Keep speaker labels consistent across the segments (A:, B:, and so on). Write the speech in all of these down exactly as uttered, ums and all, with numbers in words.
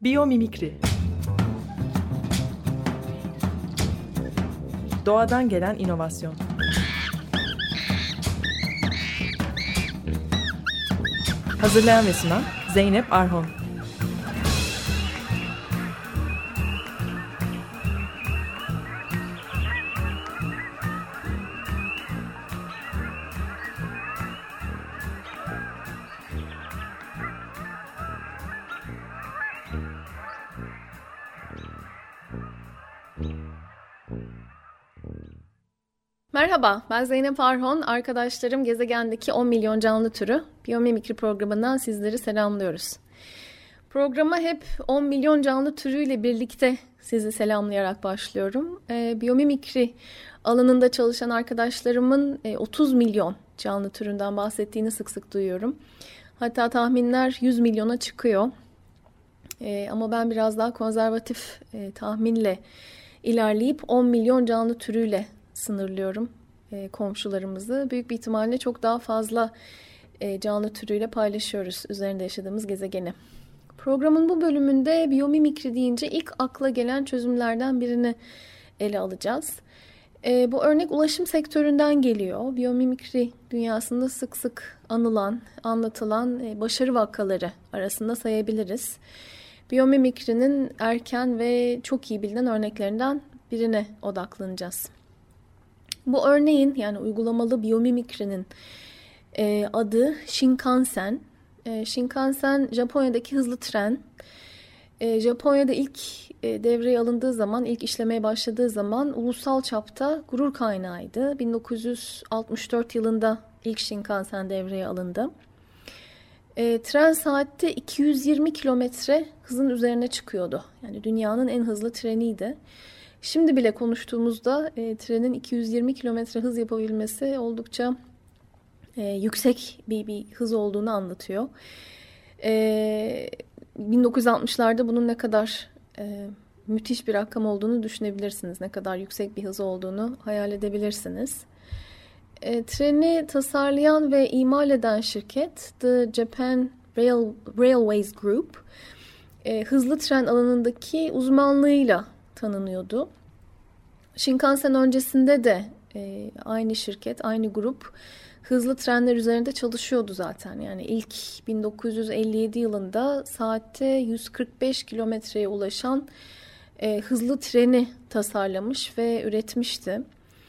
A: Biyomimikri. Doğadan gelen inovasyon. Hazırlayan ve sunan Zeynep Arhon.
B: Merhaba, ben Zeynep Arhon. Arkadaşlarım gezegendeki on milyon canlı türü Biyomimikri programından sizleri selamlıyoruz. Programa hep on milyon canlı türüyle birlikte sizi selamlayarak başlıyorum. E, Biyomimikri alanında çalışan arkadaşlarımın e, otuz milyon canlı türünden bahsettiğini sık sık duyuyorum. Hatta tahminler yüz milyona çıkıyor. E, ama ben biraz daha konservatif e, tahminle ilerleyip on milyon canlı türüyle sınırlıyorum e, komşularımızı. Büyük bir ihtimalle çok daha fazla e, canlı türüyle paylaşıyoruz üzerinde yaşadığımız gezegeni. Programın bu bölümünde biyomimikri deyince ilk akla gelen çözümlerden birini ele alacağız. E, bu örnek ulaşım sektöründen geliyor. Biyomimikri dünyasında sık sık anılan, anlatılan e, başarı vakaları arasında sayabiliriz. Biyomimikrinin erken ve çok iyi bilinen örneklerinden birine odaklanacağız. Bu örneğin yani uygulamalı biyomimikrinin e, adı Shinkansen. E, Shinkansen Japonya'daki hızlı tren. E, Japonya'da ilk e, devreye alındığı zaman, ilk işlemeye başladığı zaman ulusal çapta gurur kaynağıydı. bin dokuz yüz altmış dört yılında ilk Shinkansen devreye alındı. E, tren saatte iki yüz yirmi kilometre hızın üzerine çıkıyordu. Yani dünyanın en hızlı treniydi. Şimdi bile konuştuğumuzda e, trenin iki yüz yirmi kilometre hız yapabilmesi oldukça e, yüksek bir, bir hız olduğunu anlatıyor. E, bin dokuz yüz altmışlarda bunun ne kadar e, müthiş bir rakam olduğunu düşünebilirsiniz. Ne kadar yüksek bir hız olduğunu hayal edebilirsiniz. E, treni tasarlayan ve imal eden şirket The Japan Rail, Railways Group e, hızlı tren alanındaki uzmanlığıyla tanınıyordu. Shinkansen öncesinde de e, aynı şirket, aynı grup hızlı trenler üzerinde çalışıyordu zaten. Yani ilk bin dokuz yüz elli yedi yılında saatte yüz kırk beş kilometreye ulaşan e, hızlı treni tasarlamış ve üretmişti.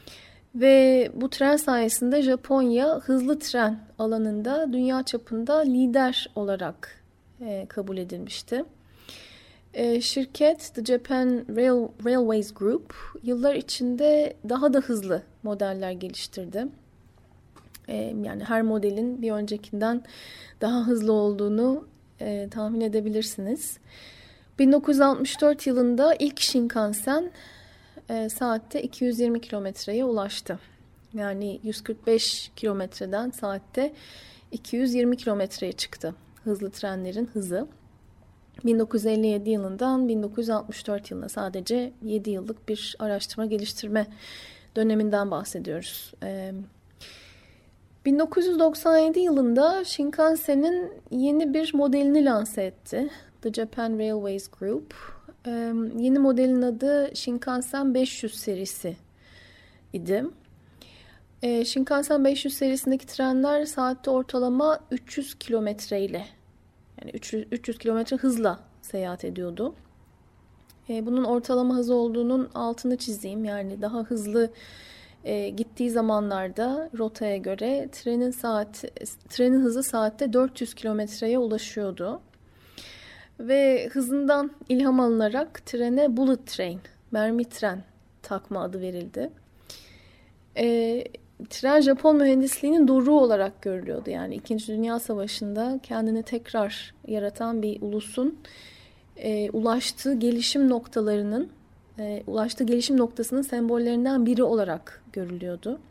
B: Ve bu tren sayesinde Japonya hızlı tren alanında dünya çapında lider olarak e, kabul edilmişti. E, şirket The Japan Rail, Railways Group yıllar içinde daha da hızlı modeller geliştirdi. E, yani her modelin bir öncekinden daha hızlı olduğunu e, tahmin edebilirsiniz. bin dokuz yüz altmış dört yılında ilk Shinkansen e, saatte iki yüz yirmi kilometreye ulaştı. Yani yüz kırk beş kilometreden saatte iki yüz yirmi kilometreye çıktı hızlı trenlerin hızı. bin dokuz yüz elli yedi yılından bin dokuz yüz altmış dört yılına sadece yedi yıllık bir araştırma geliştirme döneminden bahsediyoruz. Ee, bin dokuz yüz doksan yedi yılında Shinkansen'in yeni bir modelini lanse etti. The Japan Railways Group. Ee, yeni modelin adı Shinkansen beş yüz serisi idi. Ee, Shinkansen beş yüz serisindeki trenler saatte ortalama üç yüz kilometre ile yani üç yüz kilometre hızla seyahat ediyordu. E, bunun ortalama hızı olduğunun altını çizeyim. Yani daha hızlı e, gittiği zamanlarda rotaya göre trenin saat trenin hızı saatte dört yüz kilometreye ulaşıyordu. Ve hızından ilham alınarak trene Bullet Train, mermi tren takma adı verildi. E, Tren Japon mühendisliğinin doruğu olarak görülüyordu. Yani İkinci Dünya Savaşı'nda kendini tekrar yaratan bir ulusun e, ulaştığı gelişim noktalarının, e, ulaştığı gelişim noktasının sembollerinden biri olarak görülüyordu.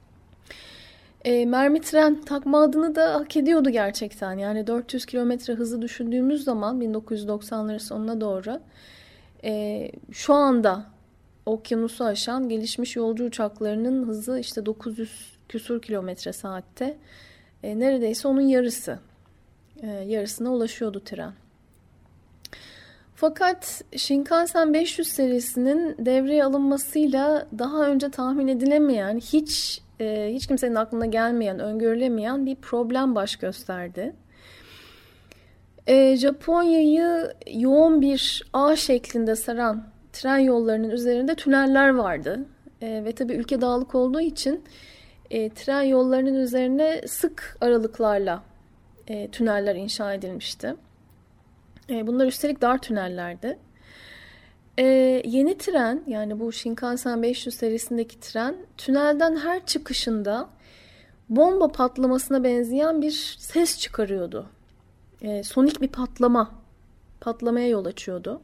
B: E, mermi tren takma adını da hak ediyordu gerçekten. Yani dört yüz kilometre hızı düşündüğümüz zaman bin dokuz yüz doksanların sonuna doğru e, şu anda okyanusu aşan gelişmiş yolcu uçaklarının hızı işte dokuz yüz küsur kilometre saatte. E, neredeyse onun yarısı. E, yarısına ulaşıyordu tren. Fakat Shinkansen beş yüz serisinin devreye alınmasıyla daha önce tahmin edilemeyen, hiç e, hiç kimsenin aklına gelmeyen, öngörülemeyen bir problem baş gösterdi. E, Japonya'yı yoğun bir ağ şeklinde saran tren yollarının üzerinde tüneller vardı. E, ve tabii ülke dağlık olduğu için e, tren yollarının üzerine sık aralıklarla e, tüneller inşa edilmişti. E, bunlar üstelik dar tünellerdi. E, yeni tren, yani bu Shinkansen beş yüz serisindeki tren, tünelden her çıkışında bomba patlamasına benzeyen bir ses çıkarıyordu. E, sonik bir patlama, patlamaya yol açıyordu.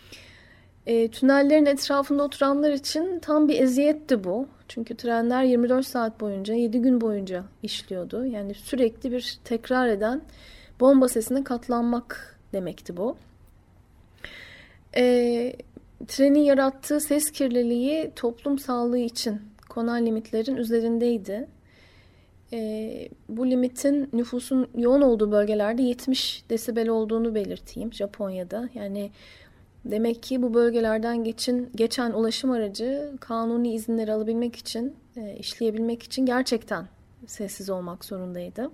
B: E, tünellerin etrafında oturanlar için tam bir eziyetti bu. Çünkü trenler yirmi dört saat boyunca, yedi gün boyunca işliyordu. Yani sürekli bir tekrar eden bomba sesine katlanmak demekti bu. E, trenin yarattığı ses kirliliği toplum sağlığı için konan limitlerin üzerindeydi. E, bu limitin nüfusun yoğun olduğu bölgelerde yetmiş desibel olduğunu belirteyim Japonya'da. Yani demek ki bu bölgelerden geçin, geçen ulaşım aracı kanuni izinleri alabilmek için, e, işleyebilmek için gerçekten sessiz olmak zorundaydı.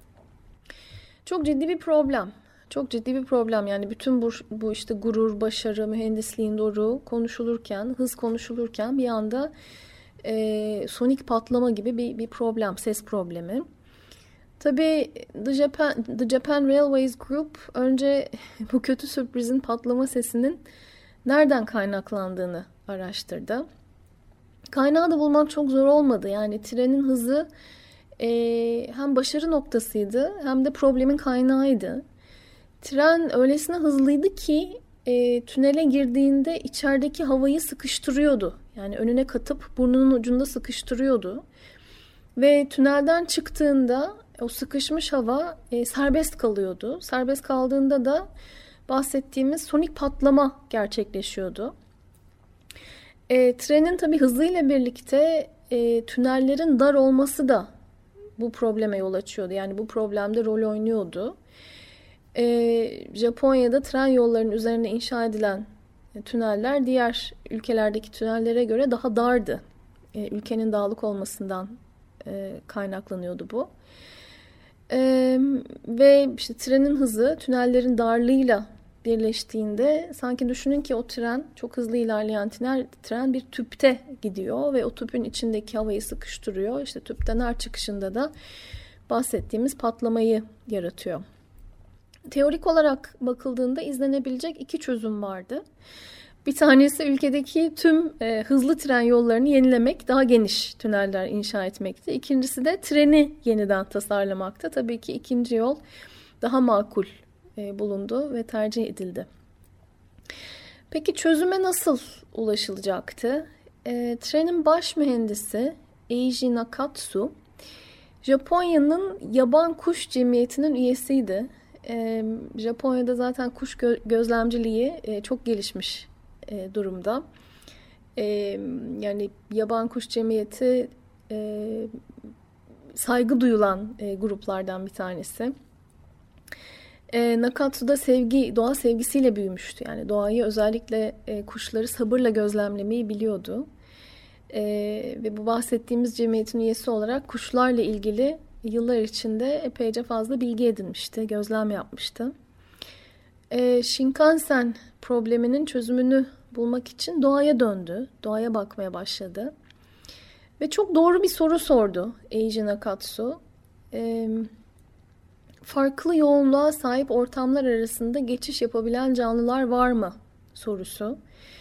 B: Çok ciddi bir problem. Çok ciddi bir problem. Yani bütün bu, bu işte gurur, başarı, mühendisliğin doğru konuşulurken, hız konuşulurken bir anda e, sonik patlama gibi bir, bir problem, ses problemi. Tabii The Japan, The Japan Railways Group önce bu kötü sürprizin patlama sesinin nereden kaynaklandığını araştırdı. Kaynağı da bulmak çok zor olmadı. Yani trenin hızı e, hem başarı noktasıydı hem de problemin kaynağıydı. Tren öylesine hızlıydı ki e, tünele girdiğinde içerideki havayı sıkıştırıyordu. Yani önüne katıp burnunun ucunda sıkıştırıyordu. Ve tünelden çıktığında o sıkışmış hava e, serbest kalıyordu. Serbest kaldığında da bahsettiğimiz sonik patlama gerçekleşiyordu. E, trenin tabii hızıyla birlikte e, tünellerin dar olması da bu probleme yol açıyordu. Yani bu problemde rol oynuyordu. E, Japonya'da tren yollarının üzerine inşa edilen e, tüneller diğer ülkelerdeki tünellere göre daha dardı. E, ülkenin dağlık olmasından e, kaynaklanıyordu bu. E, ve işte trenin hızı tünellerin darlığıyla birleştiğinde sanki düşünün ki o tren, çok hızlı ilerleyen tren, tren bir tüpte gidiyor ve o tüpün içindeki havayı sıkıştırıyor. İşte tüpten her çıkışında da bahsettiğimiz patlamayı yaratıyor. Teorik olarak bakıldığında izlenebilecek iki çözüm vardı. Bir tanesi ülkedeki tüm e, hızlı tren yollarını yenilemek, daha geniş tüneller inşa etmekti. İkincisi de treni yeniden tasarlamakta. Tabii ki ikinci yol daha makul e, bulundu ve tercih edildi. Peki çözüme nasıl ulaşılacaktı? E, trenin baş mühendisi Eiji Nakatsu, Japonya'nın Yaban Kuş Cemiyeti'nin üyesiydi. E, Japonya'da zaten kuş gö- gözlemciliği e, çok gelişmiş e, durumda. E, yani Yaban Kuş Cemiyeti e, saygı duyulan e, gruplardan bir tanesi. E, Nakatsu'da sevgi, doğa sevgisiyle büyümüştü. Yani doğayı, özellikle e, kuşları sabırla gözlemlemeyi biliyordu. E, ve bu bahsettiğimiz cemiyetin üyesi olarak kuşlarla ilgili yıllar içinde epeyce fazla bilgi edinmişti, gözlem yapmıştı. E, Shinkansen probleminin çözümünü bulmak için doğaya döndü, doğaya bakmaya başladı. Ve çok doğru bir soru sordu Eiji Nakatsu. E, farklı yoğunluğa sahip ortamlar arasında geçiş yapabilen canlılar var mı sorusu.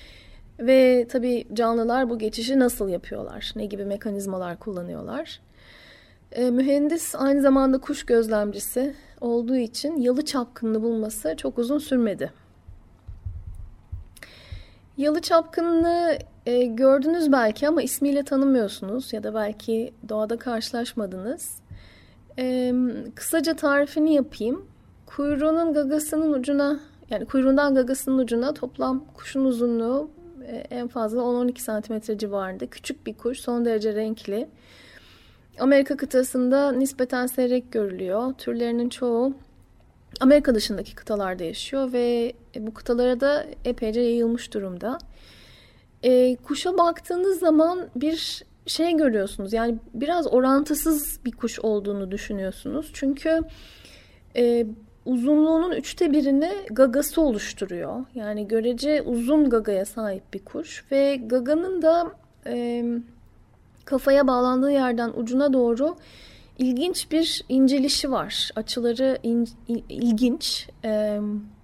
B: Ve tabii canlılar bu geçişi nasıl yapıyorlar, ne gibi mekanizmalar kullanıyorlar? E, mühendis aynı zamanda kuş gözlemcisi olduğu için yalı çapkınını bulması çok uzun sürmedi. Yalı çapkınını e, gördünüz belki ama ismiyle tanımıyorsunuz ya da belki doğada karşılaşmadınız. E, kısaca tarifini yapayım. Kuyruğunun gagasının ucuna, yani kuyruğundan gagasının ucuna toplam kuşun uzunluğu e, en fazla on on iki santimetre civarında. Küçük bir kuş, son derece renkli. Amerika kıtasında nispeten seyrek görülüyor. Türlerinin çoğu Amerika dışındaki kıtalarda yaşıyor ve bu kıtalara da epeyce yayılmış durumda. E, kuşa baktığınız zaman bir şey görüyorsunuz. Yani biraz orantısız bir kuş olduğunu düşünüyorsunuz. Çünkü e, uzunluğunun üçte birini gagası oluşturuyor. Yani görece uzun gagaya sahip bir kuş ve gaganın da e, kafaya bağlandığı yerden ucuna doğru ilginç bir incelişi var. Açıları in, il, ilginç. E,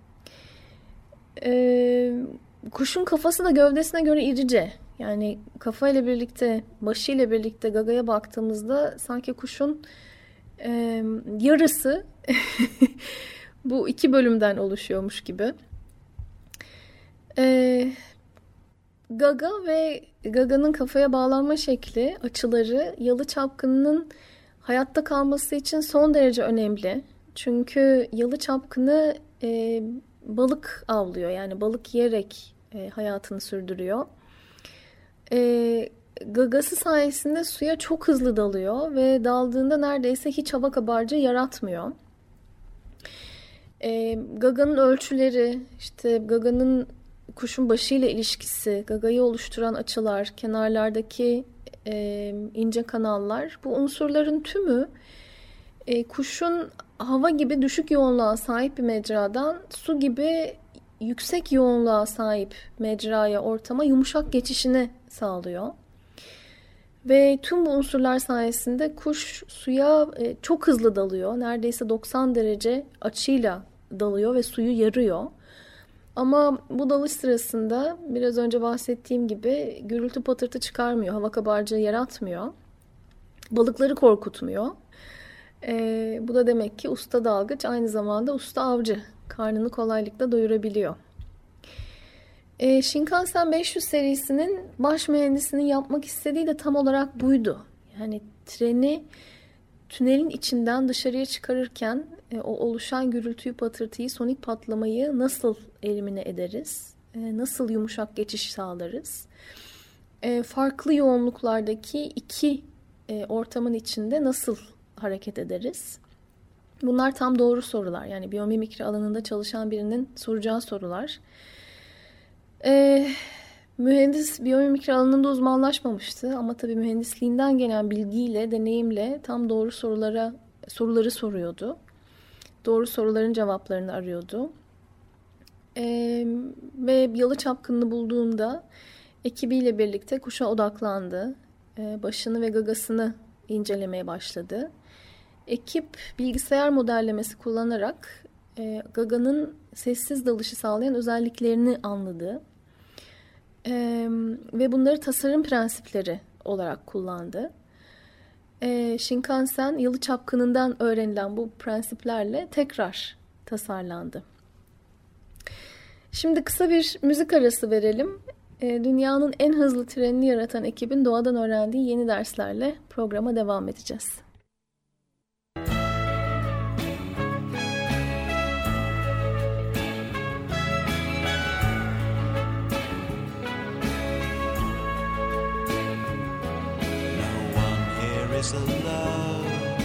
B: e, kuşun kafası da gövdesine göre irice. Yani kafayla birlikte, başıyla birlikte gagaya baktığımızda sanki kuşun e, yarısı bu iki bölümden oluşuyormuş gibi. E, gaga ve gaganın kafaya bağlanma şekli, açıları yalı çapkınının hayatta kalması için son derece önemli. Çünkü yalı çapkını e, balık avlıyor. Yani balık yiyerek e, hayatını sürdürüyor. E, gagası sayesinde suya çok hızlı dalıyor ve daldığında neredeyse hiç hava kabarcığı yaratmıyor. E, gaganın ölçüleri, işte gaganın kuşun başıyla ilişkisi, gagayı oluşturan açılar, kenarlardaki e, ince kanallar, bu unsurların tümü e, kuşun hava gibi düşük yoğunluğa sahip bir mecradan su gibi yüksek yoğunluğa sahip mecraya, ortama yumuşak geçişini sağlıyor. Ve tüm bu unsurlar sayesinde kuş suya e, çok hızlı dalıyor. Neredeyse doksan derece açıyla dalıyor ve suyu yarıyor. Ama bu dalış sırasında biraz önce bahsettiğim gibi gürültü patırtı çıkarmıyor, hava kabarcığı yaratmıyor. Balıkları korkutmuyor. E, bu da demek ki usta dalgıç aynı zamanda usta avcı. Karnını kolaylıkla doyurabiliyor. E, Shinkansen beş yüz serisinin baş mühendisinin yapmak istediği de tam olarak buydu. Yani treni tünelin içinden dışarıya çıkarırken e, o oluşan gürültüyü, patırtıyı, sonik patlamayı nasıl elimine ederiz? E, nasıl yumuşak geçiş sağlarız? E, farklı yoğunluklardaki iki e, ortamın içinde nasıl hareket ederiz? Bunlar tam doğru sorular. Yani biyomimikri alanında çalışan birinin soracağı sorular. Ee, mühendis biyomimikri alanında uzmanlaşmamıştı. Ama tabii mühendisliğinden gelen bilgiyle, deneyimle tam doğru sorulara soruları soruyordu. Doğru soruların cevaplarını arıyordu. Ee, ve yalı çapkınını bulduğunda ekibiyle birlikte kuşa odaklandı. Ee, başını ve gagasını incelemeye başladı. Ekip bilgisayar modellemesi kullanarak e, gaganın sessiz dalışı sağlayan özelliklerini anladı. E, ve bunları tasarım prensipleri olarak kullandı. E, Shinkansen yalı çapkınından öğrenilen bu prensiplerle tekrar tasarlandı. Şimdi kısa bir müzik arası verelim. E, dünyanın en hızlı trenini yaratan ekibin doğadan öğrendiği yeni derslerle programa devam edeceğiz.
C: Is alone.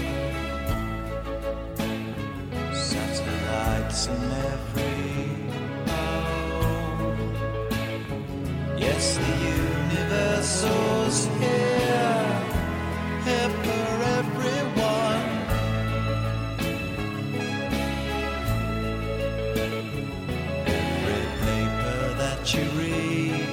C: Satellites in every home. Yes, the universe here, here for everyone. Every paper that you read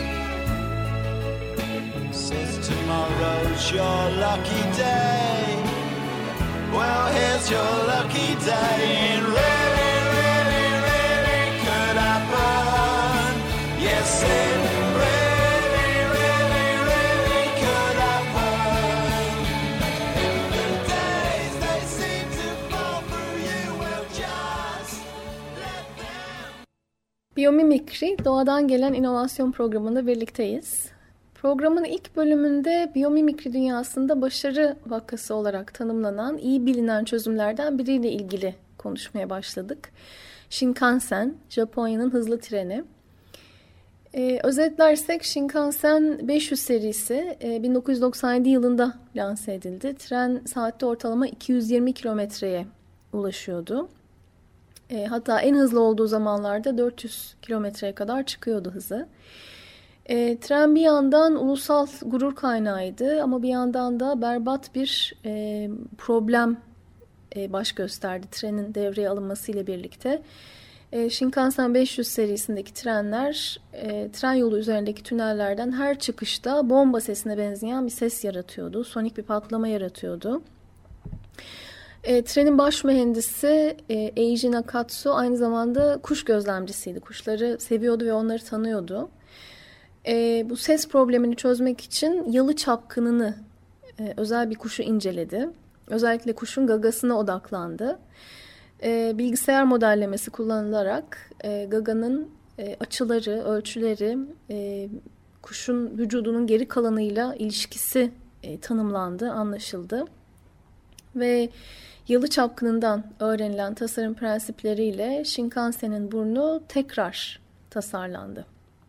C: says tomorrow's your lucky day. Well, here's your lucky day. It really, really, really could happen. Yes, it really, really, really could happen. If the days they seem to fall through you, will just let them.
B: Biyomimikri, doğadan gelen inovasyon programında birlikteyiz. Programın ilk bölümünde biyomimikri dünyasında başarı vakası olarak tanımlanan iyi bilinen çözümlerden biriyle ilgili konuşmaya başladık. Shinkansen, Japonya'nın hızlı treni. Ee, özetlersek Shinkansen beş yüz serisi e, bin dokuz yüz doksan yedi yılında lanse edildi. Tren saatte ortalama iki yüz yirmi kilometreye ulaşıyordu. E, hatta en hızlı olduğu zamanlarda dört yüz kilometreye kadar çıkıyordu hızı. E, tren bir yandan ulusal gurur kaynağıydı ama bir yandan da berbat bir e, problem e, baş gösterdi trenin devreye alınmasıyla birlikte. E, Shinkansen beş yüz serisindeki trenler e, tren yolu üzerindeki tünellerden her çıkışta bomba sesine benzeyen bir ses yaratıyordu. Sonik bir patlama yaratıyordu. E, trenin baş mühendisi e, Eiji Nakatsu aynı zamanda kuş gözlemcisiydi. Kuşları seviyordu ve onları tanıyordu. E, bu ses problemini çözmek için yalı çapkınını, e, özel bir kuşu inceledi. Özellikle kuşun gagasına odaklandı. E, bilgisayar modellemesi kullanılarak e, gaganın e, açıları, ölçüleri, e, kuşun vücudunun geri kalanıyla ilişkisi e, tanımlandı, anlaşıldı. Ve yalı çapkınından öğrenilen tasarım prensipleriyle Shinkansen'in burnu tekrar tasarlandı.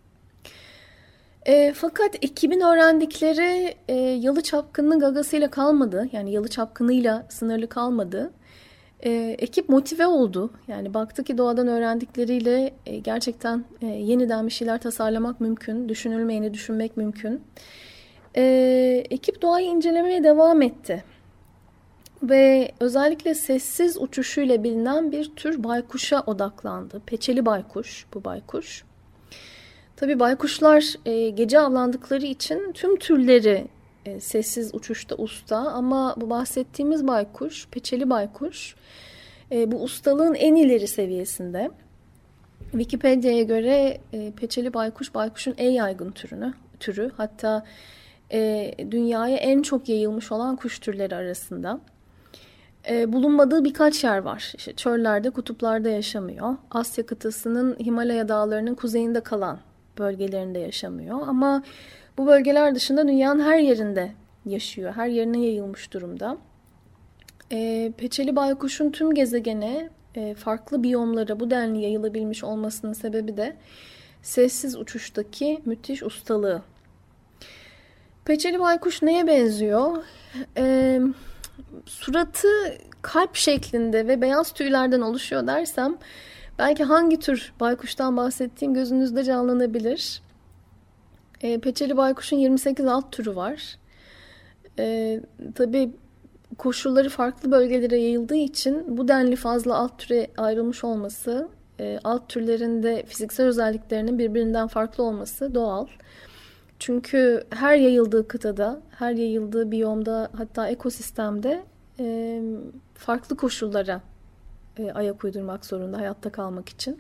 B: E, fakat ekibin öğrendikleri e, yalı çapkınının gagasıyla kalmadı. Yani yalı çapkınıyla sınırlı kalmadı. E, ekip motive oldu. Yani baktı ki doğadan öğrendikleriyle e, gerçekten e, yeniden bir şeyler tasarlamak mümkün. Düşünülmeyeni düşünmek mümkün. E, ekip doğayı incelemeye devam etti. Ve özellikle sessiz uçuşuyla bilinen bir tür baykuşa odaklandı. Peçeli baykuş bu baykuş. Tabii baykuşlar e, gece avlandıkları için tüm türleri e, sessiz uçuşta usta. Ama bu bahsettiğimiz baykuş, peçeli baykuş, e, bu ustalığın en ileri seviyesinde. Wikipedia'ya göre e, peçeli baykuş, baykuşun en yaygın türünü, türü. Hatta e, dünyaya en çok yayılmış olan kuş türleri arasında. E, bulunmadığı birkaç yer var. İşte çöllerde, kutuplarda yaşamıyor. Asya kıtasının Himalaya dağlarının kuzeyinde kalan bölgelerinde yaşamıyor. Ama bu bölgeler dışında dünyanın her yerinde yaşıyor. Her yerine yayılmış durumda. E, peçeli baykuşun tüm gezegene e, farklı biyomlara bu denli yayılabilmiş olmasının sebebi de sessiz uçuştaki müthiş ustalığı. Peçeli baykuş neye benziyor? Eee... Suratı kalp şeklinde ve beyaz tüylerden oluşuyor dersem belki hangi tür baykuştan bahsettiğim gözünüzde canlanabilir. E, peçeli baykuşun yirmi sekiz alt türü var. E, tabii koşulları farklı bölgelere yayıldığı için bu denli fazla alt türe ayrılmış olması, e, alt türlerin de fiziksel özelliklerinin birbirinden farklı olması doğal. Çünkü her yayıldığı kıtada, her yayıldığı biyomda, hatta ekosistemde e, farklı koşullara e, ayak uydurmak zorunda hayatta kalmak için.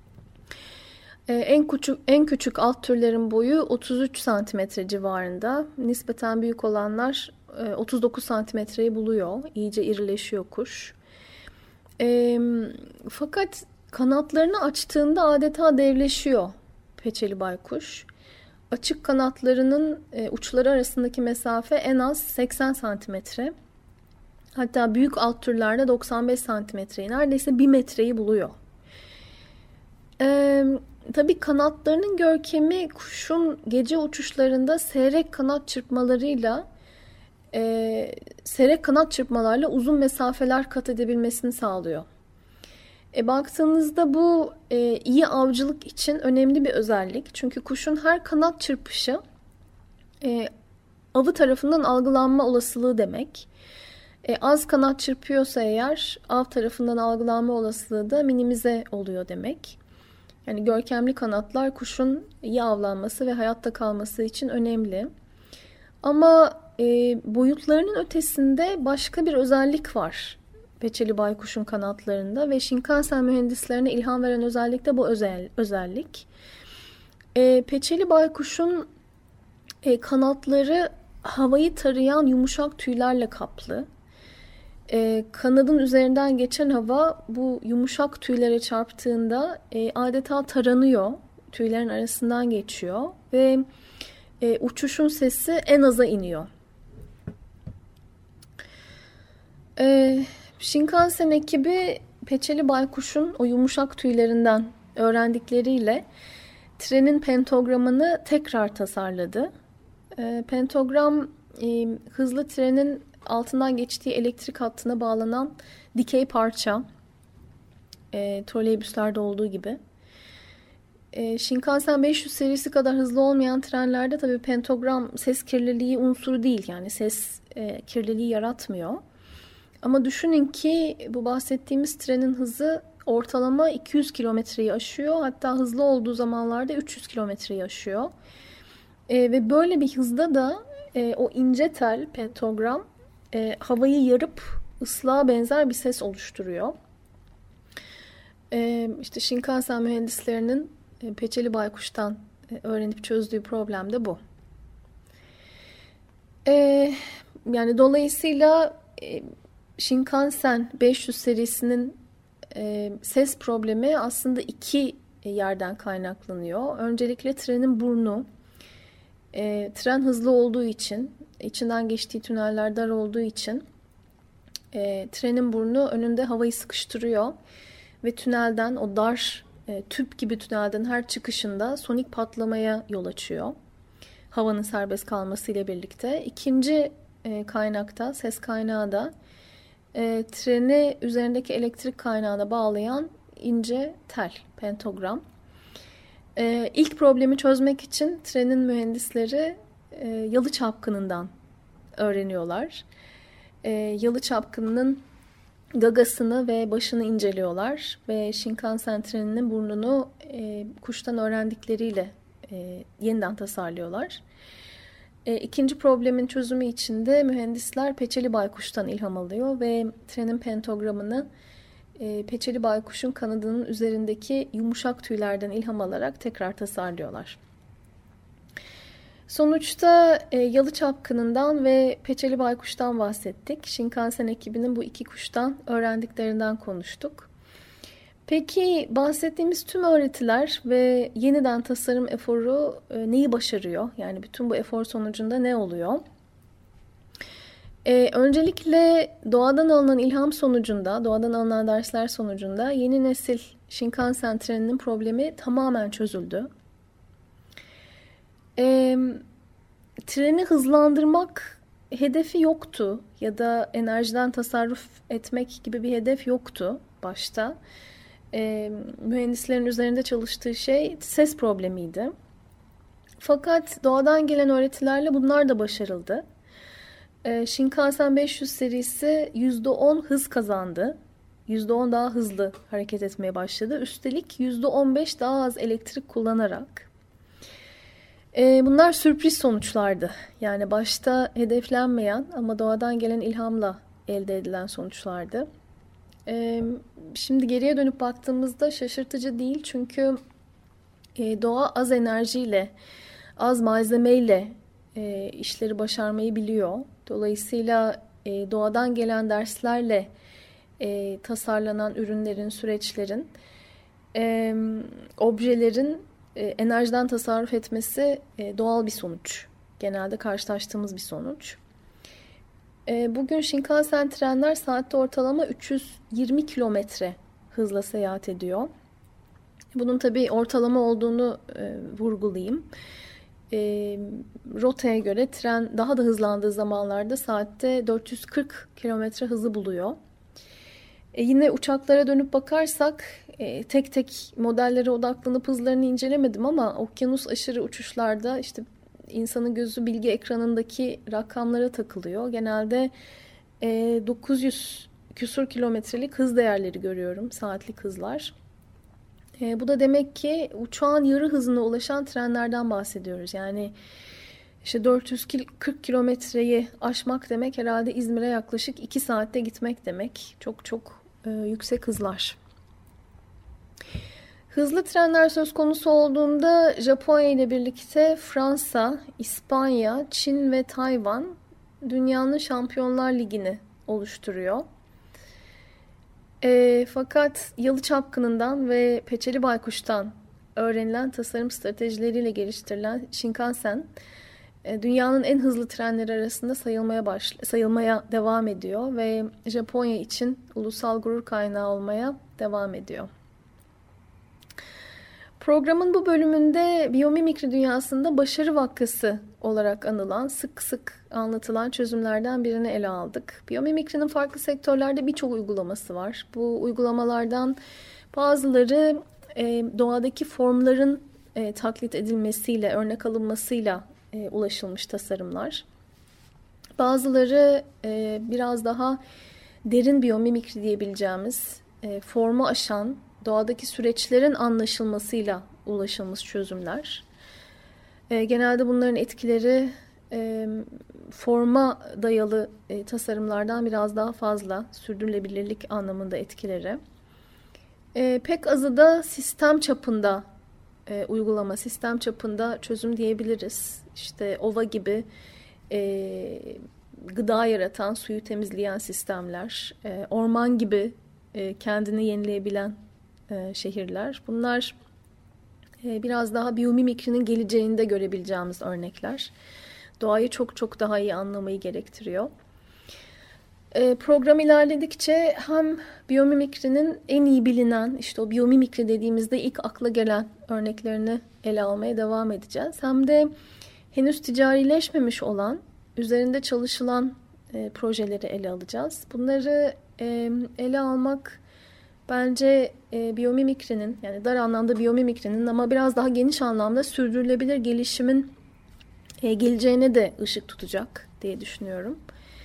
B: E, en küçük en küçük alt türlerin boyu otuz üç santimetre civarında. Nispeten büyük olanlar e, otuz dokuz santimetreyi buluyor. İyice irileşiyor kuş. E, fakat kanatlarını açtığında adeta devleşiyor peçeli baykuş. Açık kanatlarının e, uçları arasındaki mesafe en az seksen santimetre. Hatta büyük alt türlerde doksan beş santimetreyi, neredeyse bir metreyi buluyor. E, tabii kanatlarının görkemi kuşun gece uçuşlarında seyrek kanat çırpmalarıyla, e, seyrek kanat çırpmalarla uzun mesafeler kat edebilmesini sağlıyor. E, baktığınızda bu e, iyi avcılık için önemli bir özellik. Çünkü kuşun her kanat çırpışı e, avı tarafından algılanma olasılığı demek. E, az kanat çırpıyorsa eğer av tarafından algılanma olasılığı da minimize oluyor demek. Yani görkemli kanatlar kuşun iyi avlanması ve hayatta kalması için önemli. Ama e, boyutlarının ötesinde başka bir özellik var peçeli baykuşun kanatlarında ve Shinkansen mühendislerine ilham veren özellik de bu özel, özellik. E, peçeli baykuşun e, kanatları havayı tarayan yumuşak tüylerle kaplı. E, kanadın üzerinden geçen hava bu yumuşak tüylere çarptığında e, adeta taranıyor. Tüylerin arasından geçiyor ve e, uçuşun sesi en aza iniyor. E, Shinkansen ekibi peçeli baykuşun o yumuşak tüylerinden öğrendikleriyle trenin pentogramını tekrar tasarladı. E, pentogram e, hızlı trenin altından geçtiği elektrik hattına bağlanan dikey parça. E, troleybüslerde olduğu gibi. E, Shinkansen beş yüz serisi kadar hızlı olmayan trenlerde tabii pentogram ses kirliliği unsuru değil. Yani ses e, kirliliği yaratmıyor. Ama düşünün ki bu bahsettiğimiz trenin hızı ortalama iki yüz kilometreyi aşıyor. Hatta hızlı olduğu zamanlarda üç yüz kilometreyi aşıyor. E, ve böyle bir hızda da e, o ince tel pentogram e, havayı yarıp ıslığa benzer bir ses oluşturuyor. E, işte Shinkansen mühendislerinin e, Peçeli Baykuş'tan e, öğrenip çözdüğü problem de bu. E, yani dolayısıyla e, Shinkansen beş yüz serisinin e, ses problemi aslında iki yerden kaynaklanıyor. Öncelikle trenin burnu. E, tren hızlı olduğu için, içinden geçtiği tüneller dar olduğu için e, trenin burnu önünde havayı sıkıştırıyor ve tünelden, o dar e, tüp gibi tünelden her çıkışında sonik patlamaya yol açıyor. Havanın serbest kalmasıyla birlikte. İkinci e, kaynakta, ses kaynağı da e, treni üzerindeki elektrik kaynağına bağlayan ince tel, pentogram. Ee, ilk problemi çözmek için trenin mühendisleri e, yalı çapkınından öğreniyorlar. E, yalı çapkınının gagasını ve başını inceliyorlar ve Shinkansen treninin burnunu e, kuştan öğrendikleriyle e, yeniden tasarlıyorlar. E, ikinci problemin çözümü için de mühendisler Peçeli Baykuş'tan ilham alıyor ve trenin pentogramını E, Peçeli Baykuş'un kanadının üzerindeki yumuşak tüylerden ilham alarak tekrar tasarlıyorlar. Sonuçta e, yalı çapkınından ve Peçeli Baykuş'tan bahsettik. Shinkansen ekibinin bu iki kuştan öğrendiklerinden konuştuk. Peki bahsettiğimiz tüm öğretiler ve yeniden tasarım eforu e, neyi başarıyor? Yani bütün bu efor sonucunda ne oluyor? Ee, öncelikle doğadan alınan ilham sonucunda, doğadan alınan dersler sonucunda yeni nesil Shinkansen treninin problemi tamamen çözüldü. Ee, treni hızlandırmak hedefi yoktu ya da enerjiden tasarruf etmek gibi bir hedef yoktu başta. Ee, mühendislerin üzerinde çalıştığı şey ses problemiydi. Fakat doğadan gelen öğretilerle bunlar da başarıldı. Shinkansen beş yüz serisi yüzde on hız kazandı. yüzde on daha hızlı hareket etmeye başladı. Üstelik yüzde on beş daha az elektrik kullanarak. Bunlar sürpriz sonuçlardı. Yani başta hedeflenmeyen ama doğadan gelen ilhamla elde edilen sonuçlardı. Şimdi geriye dönüp baktığımızda şaşırtıcı değil. Çünkü doğa az enerjiyle, az malzemeyle E, işleri başarmayı biliyor. Dolayısıyla e, doğadan gelen derslerle e, tasarlanan ürünlerin, süreçlerin, e, objelerin e, enerjiden tasarruf etmesi e, doğal bir sonuç. Genelde karşılaştığımız bir sonuç. E, bugün Shinkansen trenler saatte ortalama üç yüz yirmi kilometre hızla seyahat ediyor. Bunun tabii ortalama olduğunu e, vurgulayayım. E, rotaya göre tren daha da hızlandığı zamanlarda saatte dört yüz kırk kilometre hızı buluyor. E, yine uçaklara dönüp bakarsak e, tek tek modellere odaklanıp hızlarını incelemedim ama okyanus aşırı uçuşlarda işte insanın gözü bilgi ekranındaki rakamlara takılıyor. Genelde e, dokuz yüz küsur kilometrelik hız değerleri görüyorum, saatlik hızlar. E, bu da demek ki uçağın yarı hızına ulaşan trenlerden bahsediyoruz. Yani işte dört yüz kırk kilometreyi aşmak demek herhalde İzmir'e yaklaşık iki saatte gitmek demek. Çok çok e, yüksek hızlar. Hızlı trenler söz konusu olduğunda Japonya ile birlikte Fransa, İspanya, Çin ve Tayvan dünyanın Şampiyonlar Ligi'ni oluşturuyor. E, fakat Yalı Çapkını'ndan ve Peçeli Baykuş'tan öğrenilen tasarım stratejileriyle geliştirilen Shinkansen e, dünyanın en hızlı trenleri arasında sayılmaya baş, sayılmaya devam ediyor ve Japonya için ulusal gurur kaynağı olmaya devam ediyor. Programın bu bölümünde biyomimikri dünyasında başarı vakası olarak anılan, sık sık anlatılan çözümlerden birini ele aldık. Biyomimikrinin farklı sektörlerde birçok uygulaması var. Bu uygulamalardan Bazıları e, doğadaki formların e, taklit edilmesiyle, örnek alınmasıyla e, ulaşılmış tasarımlar. Bazıları e, biraz daha derin biyomimikri diyebileceğimiz, e, formu aşan, doğadaki süreçlerin anlaşılmasıyla ulaşılmış çözümler. E, genelde bunların etkileri e, forma dayalı e, tasarımlardan biraz daha fazla, sürdürülebilirlik anlamında etkileri. E, pek azı da sistem çapında e, uygulama, sistem çapında çözüm diyebiliriz. İşte ova gibi e, gıda yaratan, suyu temizleyen sistemler, e, orman gibi e, kendini yenileyebilen e, şehirler. Bunlar e, biraz daha biyomimikrinin geleceğinde görebileceğimiz örnekler. Doğayı çok çok daha iyi anlamayı gerektiriyor. E, program ilerledikçe hem biyomimikrinin en iyi bilinen, işte o biyomimikri dediğimizde ilk akla gelen örneklerini ele almaya devam edeceğiz. Hem de henüz ticarileşmemiş olan, üzerinde çalışılan e, projeleri ele alacağız. Bunları e, ele almak bence e, biyomimikrinin, yani dar anlamda biyomimikrinin ama biraz daha geniş anlamda sürdürülebilir gelişimin e, geleceğine de ışık tutacak diye düşünüyorum.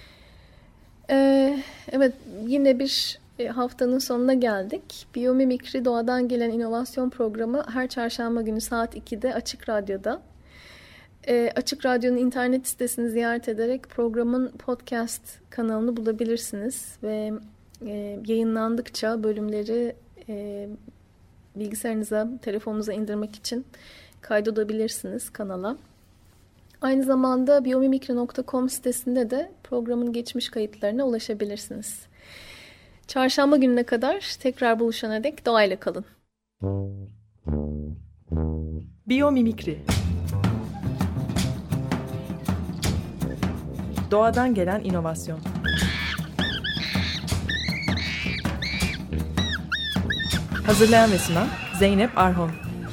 B: E, evet, yine bir e, haftanın sonuna geldik. Biyomimikri Doğadan Gelen İnovasyon Programı her çarşamba günü saat ikide Açık Radyo'da. E, Açık Radyo'nun internet sitesini ziyaret ederek programın podcast kanalını bulabilirsiniz ve e, yayınlandıkça bölümleri e, bilgisayarınıza, telefonunuza indirmek için kaydedabilirsiniz kanala. Aynı zamanda biyomimikri nokta com sitesinde de programın geçmiş kayıtlarına ulaşabilirsiniz. Çarşamba gününe kadar tekrar buluşana dek doğayla kalın.
A: Biyomimikri. Doğadan gelen inovasyon. Hazırlayan ve sunan Zeynep Arhon.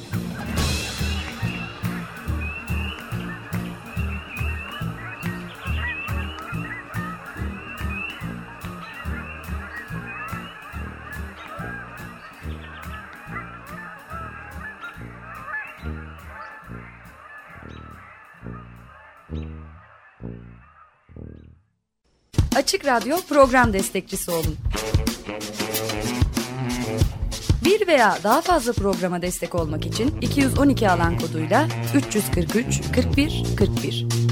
D: Açık Radyo program destekçisi olun. Bir veya daha fazla programa destek olmak için iki yüz on iki alan koduyla üç yüz kırk üç kırk bir kırk bir